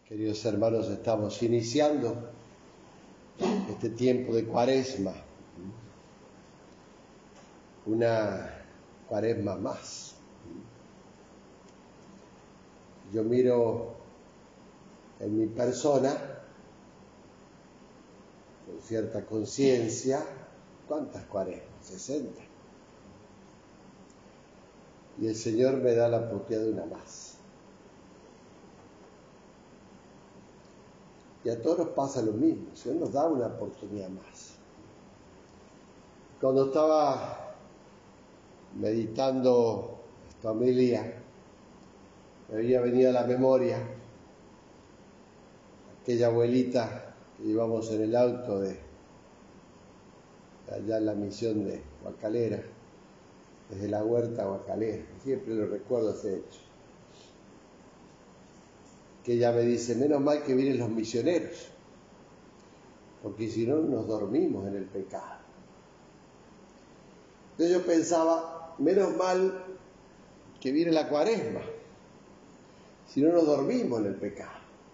Queridos hermanos, estamos iniciando este tiempo de Cuaresma, una Cuaresma más. Yo miro en mi persona, con cierta conciencia, ¿cuántas Cuaresmas? 60. Y el Señor me da la oportunidad de una más. Y a todos nos pasa lo mismo, el Señor nos da una oportunidad más. Cuando estaba meditando esta homilía, me había venido a la memoria aquella abuelita que llevamos en el auto de allá en la misión de Guacalera, desde la huerta a Guacalera, siempre lo recuerdo ese hecho. Que ella me dice, menos mal que vienen los misioneros, porque si no nos dormimos en el pecado. Entonces yo pensaba, menos mal que viene la Cuaresma, si no nos dormimos en el pecado.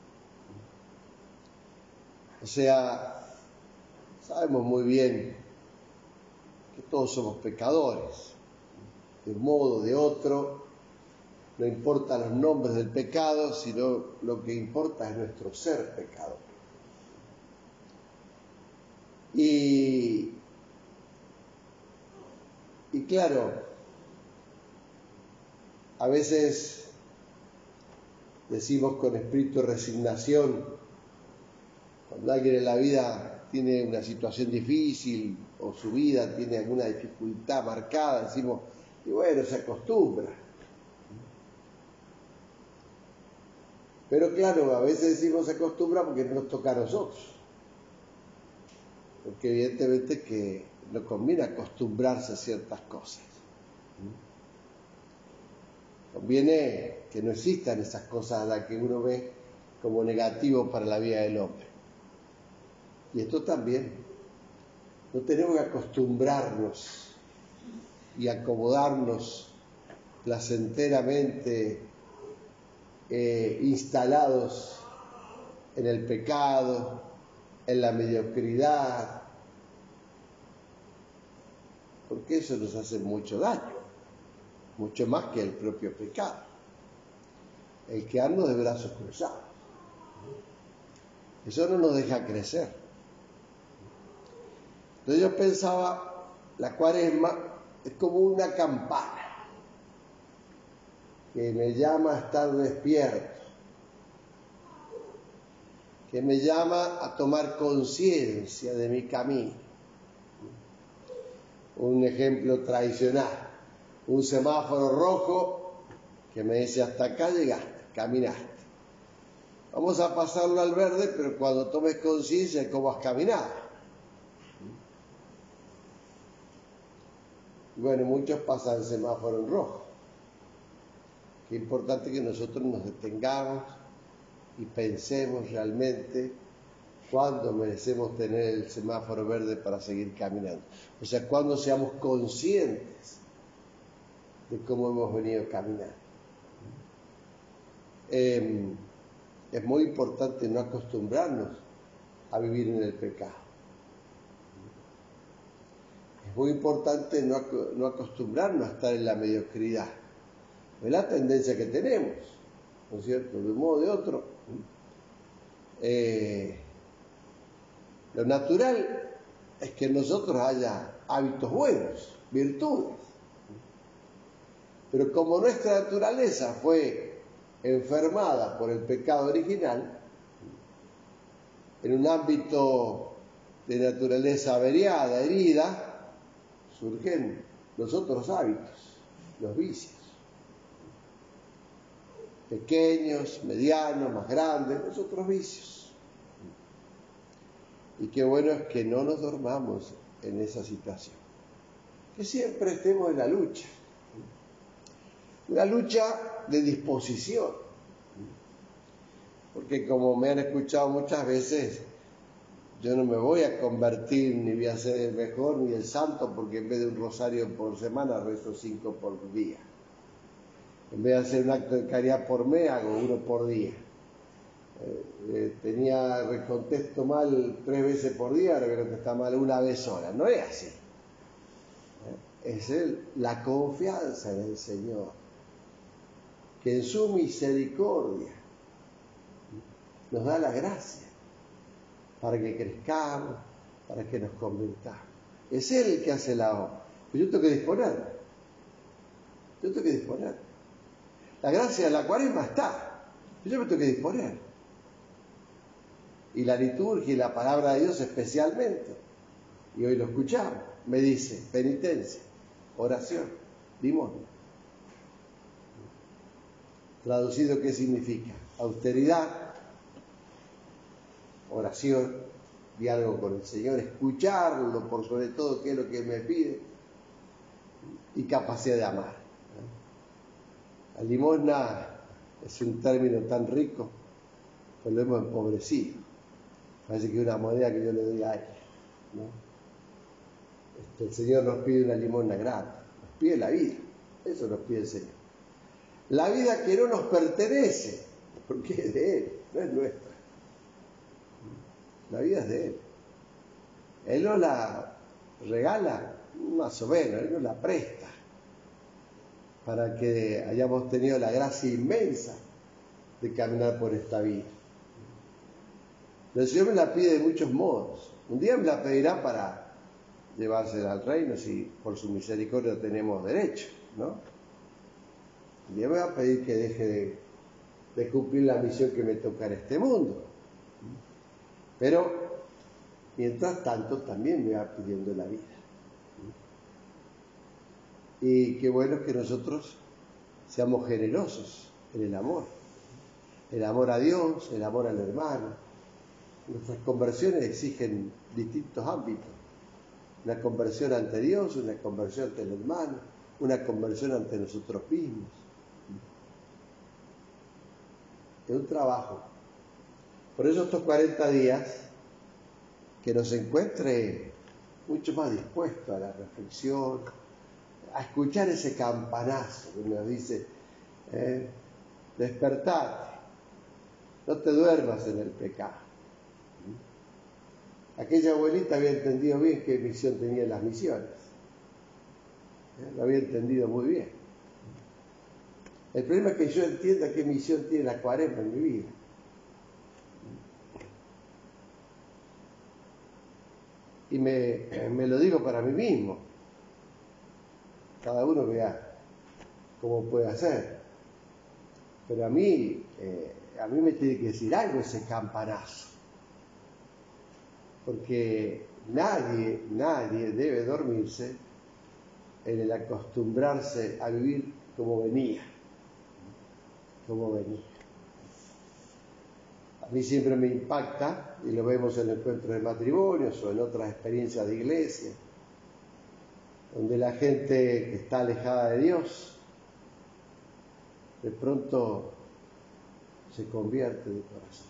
O sea, sabemos muy bien que todos somos pecadores, de un modo o de otro. No importan los nombres del pecado, sino lo que importa es nuestro ser pecador. Y claro, a veces decimos con espíritu de resignación, cuando alguien en la vida tiene una situación difícil o su vida tiene alguna dificultad marcada, decimos, y bueno, se acostumbra. Pero claro, a veces decimos se acostumbra porque no nos toca a nosotros. Porque evidentemente que no conviene acostumbrarse a ciertas cosas. Conviene que no existan esas cosas a las que uno ve como negativo para la vida del hombre. Y esto también. No tenemos que acostumbrarnos y acomodarnos placenteramente instalados en el pecado, en la mediocridad, porque eso nos hace mucho daño, mucho más que el propio pecado, el quedarnos de brazos cruzados. Eso no nos deja crecer. Entonces yo pensaba, la Cuaresma es como una campana que me llama a estar despierto, que me llama a tomar conciencia de mi camino. Un ejemplo tradicional, un semáforo rojo que me dice hasta acá llegaste, caminaste. Vamos a pasarlo al verde, pero cuando tomes conciencia de cómo has caminado. Bueno, muchos pasan el semáforo en rojo. Qué importante que nosotros nos detengamos y pensemos realmente cuándo merecemos tener el semáforo verde para seguir caminando. O sea, cuándo seamos conscientes de cómo hemos venido caminando. Es muy importante no acostumbrarnos a vivir en el pecado. Es muy importante no acostumbrarnos a estar en la mediocridad. Es la tendencia que tenemos, ¿no es cierto? De un modo o de otro. Lo natural es que en nosotros haya hábitos buenos, virtudes. Pero como nuestra naturaleza fue enfermada por el pecado original, en un ámbito de naturaleza averiada, herida, surgen los otros hábitos, los vicios. Pequeños, medianos, más grandes, los otros vicios. Y qué bueno es que no nos dormamos en esa situación. Que siempre estemos en la lucha. Una lucha de disposición. Porque como me han escuchado muchas veces, yo no me voy a convertir, ni voy a ser el mejor, ni el santo, porque en vez de un rosario por semana, rezo 5 por día. En vez de hacer un acto de caridad por mes, hago 1 por día. tenía recontesto mal 3 veces por día, ahora me contesta mal una vez sola. No es así. Es la confianza en el Señor, que en su misericordia nos da la gracia para que crezcamos, para que nos convirtamos. Es Él el que hace la obra. Pero yo tengo que disponerme. Yo tengo que disponer. La gracia de la cuaresma está. Yo me tengo que disponer. Y la liturgia y la palabra de Dios especialmente. Y hoy lo escuchamos. Me dice penitencia, oración, limosna. Traducido, ¿qué significa? Austeridad, oración, diálogo con el Señor, escucharlo por sobre todo qué es lo que me pide, y capacidad de amar. La limosna es un término tan rico, pues lo hemos empobrecido. Parece que es una moneda que yo le doy a ella, ¿no? El Señor nos pide una limosna grande, nos pide la vida, eso nos pide el Señor. La vida que no nos pertenece, porque es de Él, no es nuestra. La vida es de Él. Él nos la regala, más o menos, Él nos la presta, para que hayamos tenido la gracia inmensa de caminar por esta vida. El Señor me la pide de muchos modos. Un día me la pedirá para llevársela al reino, si por su misericordia tenemos derecho, ¿no? Un día me va a pedir que deje de cumplir la misión que me toca en este mundo. Pero, mientras tanto, también me va pidiendo la vida. Y qué bueno que nosotros seamos generosos en el amor. El amor a Dios, el amor al hermano. Nuestras conversiones exigen distintos ámbitos. Una conversión ante Dios, una conversión ante el hermano, una conversión ante nosotros mismos. Es un trabajo. Por eso estos 40 días, que nos encuentre mucho más dispuestos a la reflexión, a escuchar ese campanazo que nos dice, despertate, no te duermas en el pecado. Aquella abuelita había entendido bien qué misión tenían las misiones. Lo había entendido muy bien. El problema es que yo entienda qué misión tiene la cuaresma en mi vida. Y me lo digo para mí mismo. Cada uno vea cómo puede hacer. Pero a mí me tiene que decir algo ese campanazo. Porque nadie debe dormirse en el acostumbrarse a vivir como venía. A mí siempre me impacta, y lo vemos en encuentros de matrimonios o en otras experiencias de iglesia, donde la gente que está alejada de Dios, de pronto se convierte de corazón.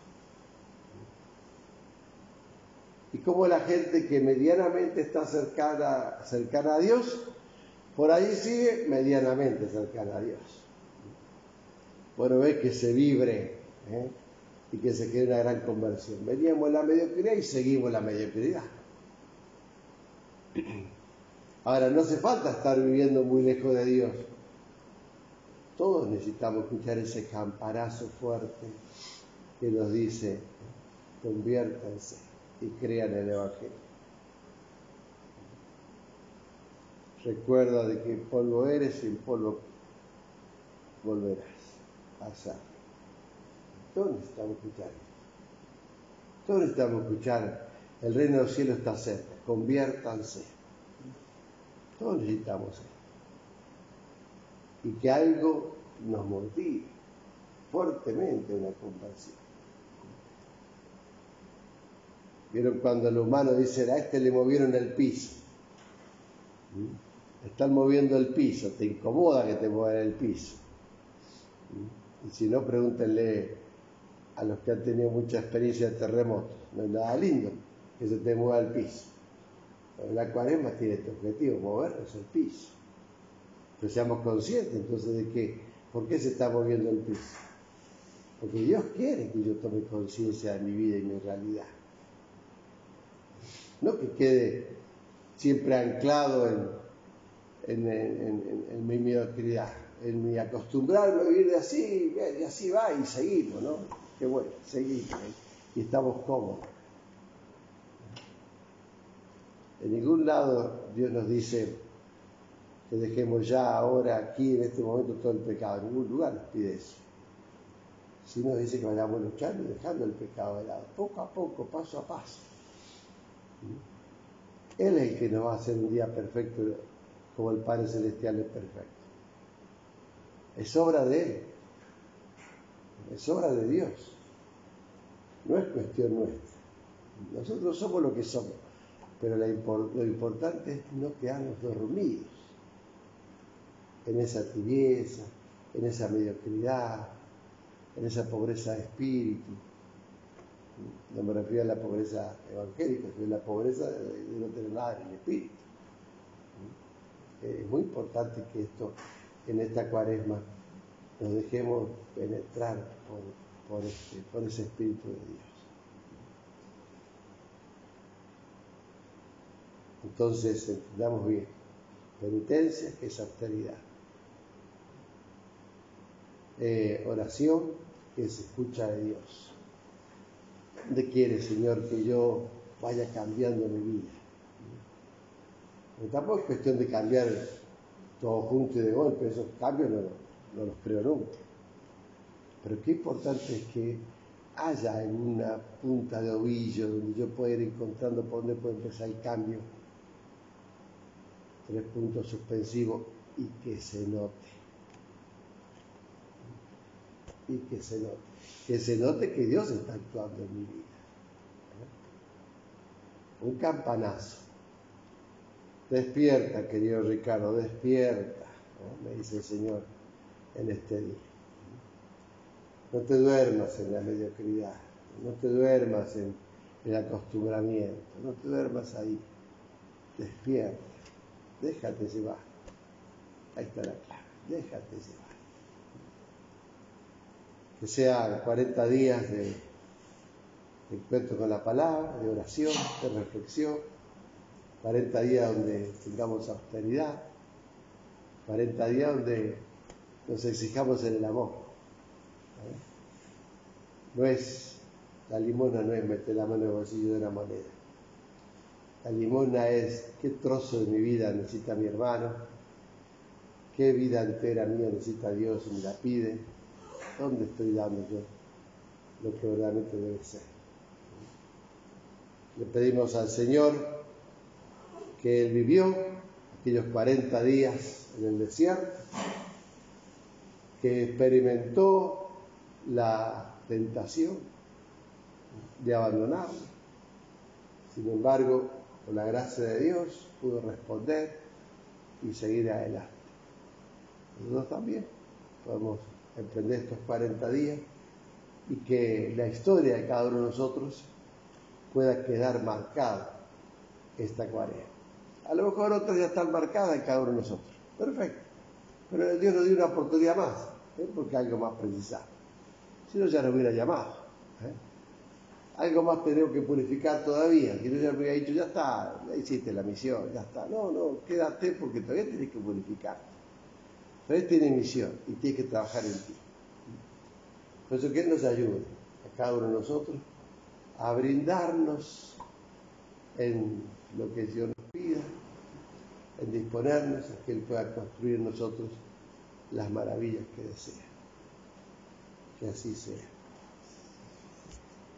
Y como la gente que medianamente está cercana a Dios, por ahí sigue medianamente cercana a Dios. Bueno, ves que se vibre, y que se quede una gran conversión. Veníamos en la mediocridad y seguimos en la mediocridad. Ahora, no hace falta estar viviendo muy lejos de Dios. Todos necesitamos escuchar ese campanazo fuerte que nos dice, conviértanse y crean el Evangelio. Recuerda de que polvo eres y en polvo volverás a ser. Todos necesitamos escuchar esto. Todos necesitamos escuchar, el reino de los cielos está cerca, conviértanse. Todos necesitamos esto. Y que algo nos motive fuertemente una conversión. ¿Vieron cuando el humano dice, a este le movieron el piso? Están moviendo el piso, te incomoda que te muevan el piso. Y si no, pregúntenle a los que han tenido mucha experiencia de terremotos. No es nada lindo que se te mueva el piso. Pero la cuaresma tiene este objetivo, movernos el piso. Que seamos conscientes entonces de que, ¿por qué se está moviendo el piso? Porque Dios quiere que yo tome conciencia de mi vida y mi realidad. No que quede siempre anclado en mi mediocridad, en mi acostumbrarme a vivir de así, y así va y seguimos, ¿no? Qué bueno, seguimos y estamos cómodos. En ningún lado Dios nos dice que dejemos ya ahora, aquí, en este momento, todo el pecado. En ningún lugar nos pide eso. Sí nos dice que vayamos luchando y dejando el pecado de lado, poco a poco, paso a paso. Él es el que nos va a hacer un día perfecto, como el Padre Celestial es perfecto. Es obra de Él, es obra de Dios, no es cuestión nuestra. Nosotros somos lo que somos, pero lo importante es no quedarnos dormidos en esa tibieza, en esa mediocridad, en esa pobreza de espíritu. No me refiero a la pobreza evangélica, sino a la pobreza de no tener nada en el espíritu. Es muy importante que esto, en esta cuaresma, nos dejemos penetrar por ese espíritu de Dios. Entonces, entendamos bien, penitencia, que es austeridad. Oración, que es escucha de Dios. ¿Dónde quiere, Señor, que yo vaya cambiando mi vida? Pero tampoco es cuestión de cambiar todo junto y de golpe, esos cambios no los creo nunca. Pero qué importante es que haya en una punta de ovillo donde yo pueda ir encontrando por dónde puede empezar el cambio. 3 puntos suspensivos y que se note. Y que se note. Que se note que Dios está actuando en mi vida. Un campanazo. Despierta, querido Ricardo, despierta, ¿no? Me dice el Señor en este día. No te duermas en la mediocridad, no te duermas en el acostumbramiento, no te duermas ahí. Despierta, déjate llevar. Ahí está la clave, déjate llevar. Que sean 40 días de encuentro con la palabra, de oración, de reflexión, 40 días donde tengamos austeridad, 40 días donde nos exijamos en el amor. La limona no es meter la mano en el bolsillo de una moneda. La limona es qué trozo de mi vida necesita mi hermano, qué vida entera mía necesita Dios y me la pide, dónde estoy dando yo lo que verdaderamente debe ser. Le pedimos al Señor que Él vivió aquellos 40 días en el desierto, que experimentó la tentación de abandonarlo. Sin embargo, por la gracia de Dios, pudo responder y seguir adelante. Nosotros también podemos emprender estos 40 días y que la historia de cada uno de nosotros pueda quedar marcada esta cuaresma. A lo mejor otras ya están marcadas en cada uno de nosotros. Perfecto. Pero Dios nos dio una oportunidad más, porque algo más precisamos. Si no, ya nos hubiera llamado. Algo más tenemos que purificar todavía. Si no, ya me hubiera dicho, ya está, ya hiciste la misión, ya está. No, quédate porque todavía tienes que purificarte. Todavía tienes misión y tienes que trabajar en ti. Por eso que Él nos ayude, a cada uno de nosotros, a brindarnos en lo que Dios nos pida, en disponernos a que Él pueda construir en nosotros las maravillas que desea. Que así sea.